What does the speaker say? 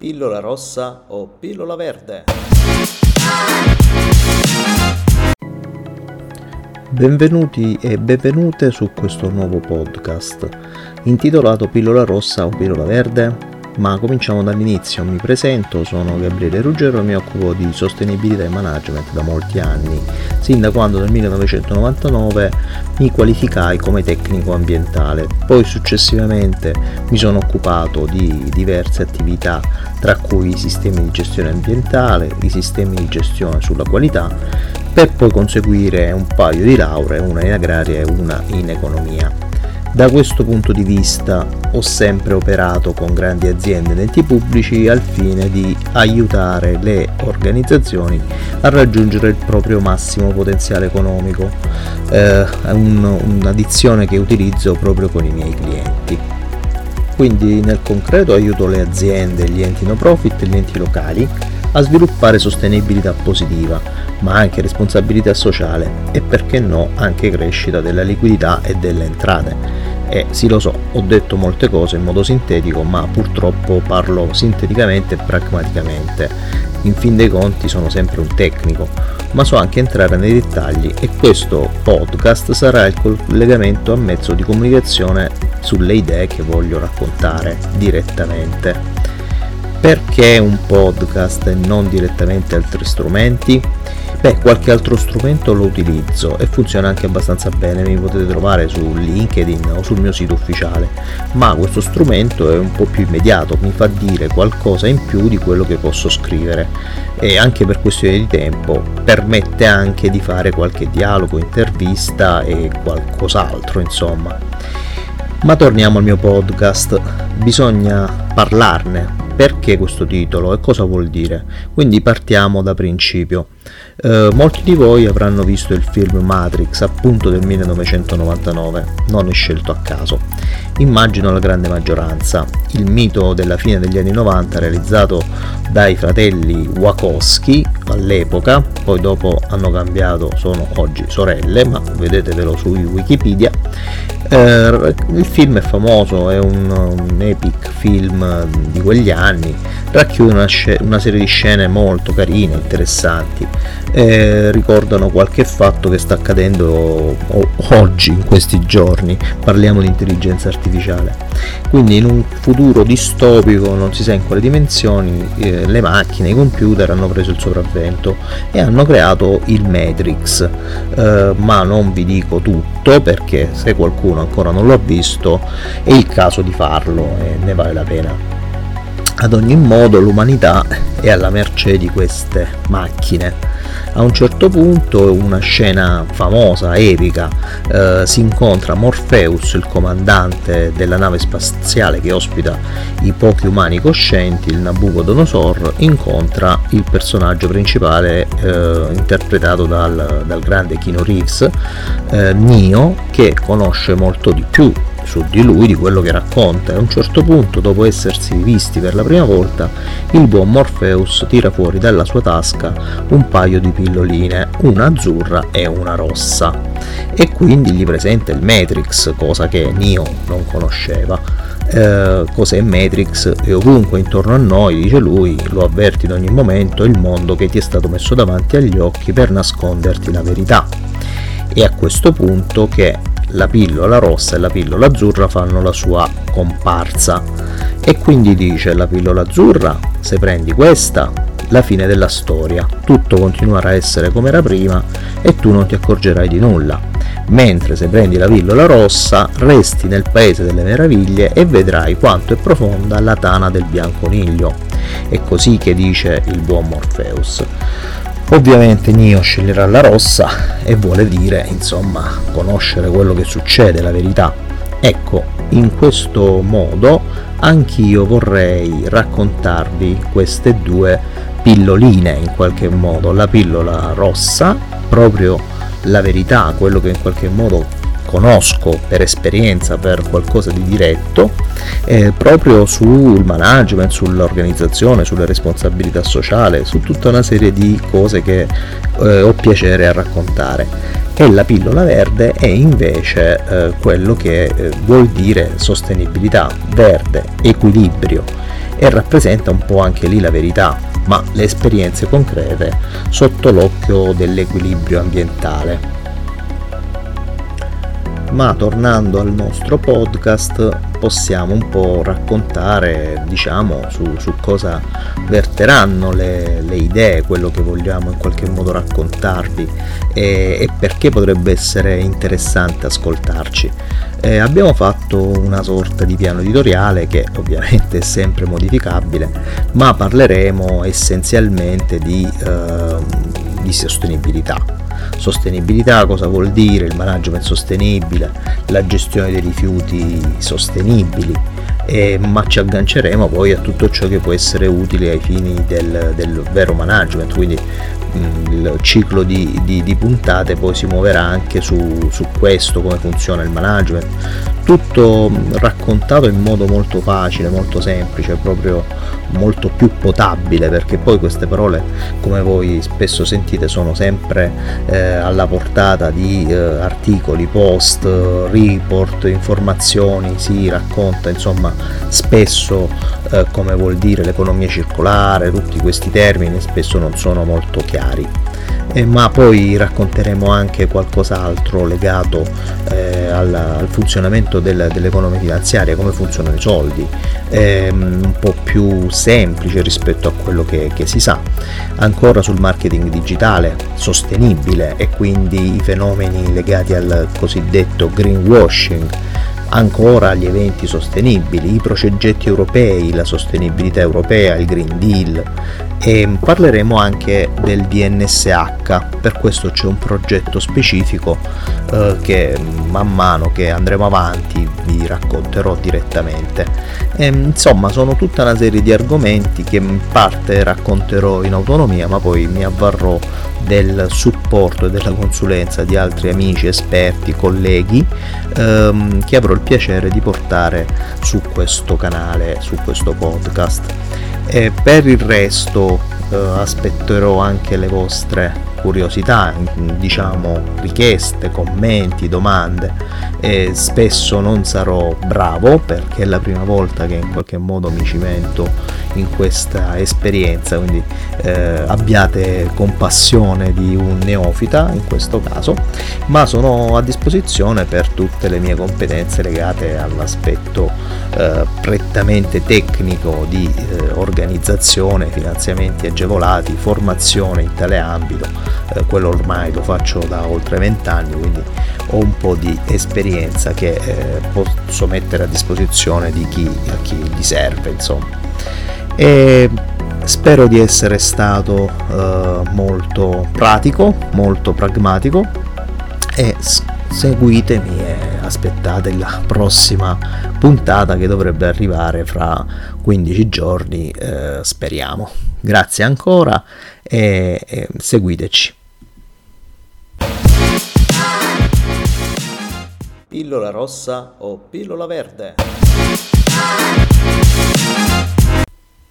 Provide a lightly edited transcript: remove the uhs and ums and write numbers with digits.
Pillola rossa o pillola verde? Benvenuti e benvenute su questo nuovo podcast intitolato Pillola rossa o pillola verde? Ma cominciamo dall'inizio. Mi presento, sono Gabriele Ruggero e mi occupo di sostenibilità e management da molti anni, sin da quando nel 1999 mi qualificai come tecnico ambientale. Poi successivamente mi sono occupato di diverse attività, tra cui i sistemi di gestione ambientale, i sistemi di gestione sulla qualità, per poi conseguire un paio di lauree, una in agraria e una in economia. Da questo punto di vista ho sempre operato con grandi aziende ed enti pubblici al fine di aiutare le organizzazioni a raggiungere il proprio massimo potenziale economico, è una dizione che utilizzo proprio con i miei clienti. Quindi nel concreto aiuto le aziende, gli enti no profit e gli enti locali a sviluppare sostenibilità positiva, ma anche responsabilità sociale e, perché no, anche crescita della liquidità e delle entrate. E sì, lo so, ho detto molte cose in modo sintetico, ma purtroppo parlo sinteticamente e pragmaticamente. In fin dei conti sono sempre un tecnico, ma so anche entrare nei dettagli, e questo podcast sarà il collegamento a mezzo di comunicazione sulle idee che voglio raccontare direttamente. Perché un podcast e non direttamente altri strumenti? Qualche altro strumento lo utilizzo e funziona anche abbastanza bene, mi potete trovare su LinkedIn o sul mio sito ufficiale, ma questo strumento è un po' più immediato, mi fa dire qualcosa in più di quello che posso scrivere, e anche per questione di tempo permette anche di fare qualche dialogo, intervista e qualcos'altro, insomma. Ma torniamo al mio podcast, bisogna parlarne. Perché questo titolo e cosa vuol dire? Quindi partiamo da principio. Molti di voi avranno visto il film Matrix, appunto del 1999, non è scelto a caso. Immagino la grande maggioranza. Il mito della fine degli anni 90 realizzato dai fratelli Wachowski all'epoca, poi dopo hanno cambiato, sono oggi sorelle, ma vedetevelo su Wikipedia. Il film è famoso, è un epic film di quegli anni, racchiude una serie di scene molto carine, interessanti, ricordano qualche fatto che sta accadendo oggi, in questi giorni. Parliamo di intelligenza artificiale, quindi in un futuro distopico, non si sa in quale dimensioni, le macchine, i computer hanno preso il sopravvento e hanno creato il Matrix, ma non vi dico tutto, perché se qualcuno ancora non l'ha visto è il caso di farlo e ne vale la pena. Ad ogni modo l'umanità è alla mercé di queste macchine. A un certo punto, una scena famosa, epica, si incontra Morpheus, il comandante della nave spaziale che ospita i pochi umani coscienti, il Nabucodonosor, incontra il personaggio principale interpretato dal grande Keanu Reeves, Neo, che conosce molto di più su di lui di quello che racconta, e a un certo punto, dopo essersi visti per la prima volta, il buon Morpheus tira fuori dalla sua tasca un paio di pilloline, una azzurra e una rossa, e quindi gli presenta il Matrix, cosa che Neo non conosceva. Cos'è Matrix? È ovunque intorno a noi, dice lui, lo avverti in ogni momento, è il mondo che ti è stato messo davanti agli occhi per nasconderti la verità. E a questo punto che la pillola rossa e la pillola azzurra fanno la sua comparsa, e quindi dice: la pillola azzurra, se prendi questa, la fine della storia, tutto continuerà a essere come era prima e tu non ti accorgerai di nulla, mentre se prendi la pillola rossa resti nel paese delle meraviglie e vedrai quanto è profonda la tana del bianconiglio. È così che dice il buon Morpheus. Ovviamente Neo sceglierà la rossa e vuole dire, insomma, conoscere quello che succede, la verità. Ecco, in questo modo anch'io vorrei raccontarvi queste due pilloline, in qualche modo. La pillola rossa, proprio la verità, quello che in qualche modo conosco per esperienza, per qualcosa di diretto, proprio sul management, sull'organizzazione, sulle responsabilità sociali, su tutta una serie di cose che ho piacere a raccontare. E la pillola verde è invece quello che vuol dire sostenibilità, verde, equilibrio. e rappresenta un po' anche lì la verità, ma le esperienze concrete sotto l'occhio dell'equilibrio ambientale. Ma tornando al nostro podcast, possiamo un po' raccontare, diciamo, su cosa verteranno le idee, quello che vogliamo in qualche modo raccontarvi e perché potrebbe essere interessante ascoltarci. Abbiamo fatto una sorta di piano editoriale che ovviamente è sempre modificabile, ma parleremo essenzialmente di sostenibilità. Sostenibilità cosa vuol dire? Il management sostenibile, la gestione dei rifiuti sostenibili, ma ci agganceremo poi a tutto ciò che può essere utile ai fini del vero management, quindi il ciclo di puntate poi si muoverà anche su questo, come funziona il management, tutto raccontato in modo molto facile, molto semplice, proprio molto più potabile, perché poi queste parole, come voi spesso sentite, sono sempre alla portata di articoli, post, report, informazioni, si racconta insomma spesso come vuol dire l'economia circolare, tutti questi termini spesso non sono molto chiari. Ma poi racconteremo anche qualcos'altro legato al funzionamento dell'economia finanziaria, come funzionano i soldi, un po' più semplice rispetto a quello che si sa, ancora sul marketing digitale sostenibile e quindi i fenomeni legati al cosiddetto greenwashing, ancora gli eventi sostenibili, i progetti europei, la sostenibilità europea, il Green Deal, e parleremo anche del DNSH. Per questo c'è un progetto specifico che man mano che andremo avanti vi racconterò direttamente. Insomma, sono tutta una serie di argomenti che in parte racconterò in autonomia, ma poi mi avvarrò del supporto e della consulenza di altri amici, esperti, colleghi che avrò il piacere di portare su questo canale, su questo podcast. Per il resto aspetterò anche le vostre curiosità, diciamo richieste, commenti, domande. Spesso non sarò bravo perché è la prima volta che in qualche modo mi cimento in questa esperienza, quindi abbiate compassione di un neofita in questo caso, ma sono a disposizione per tutte le mie competenze legate all'aspetto prettamente tecnico di organizzazione, finanziamenti agevolati, formazione in tale ambito. Quello ormai lo faccio da oltre 20 anni, quindi ho un po' di esperienza che posso mettere a disposizione di a chi gli serve, insomma. E spero di essere stato molto pratico, molto pragmatico, e seguitemi e aspettate la prossima puntata che dovrebbe arrivare fra 15 giorni, speriamo. Grazie ancora e seguiteci. Pillola rossa o pillola verde?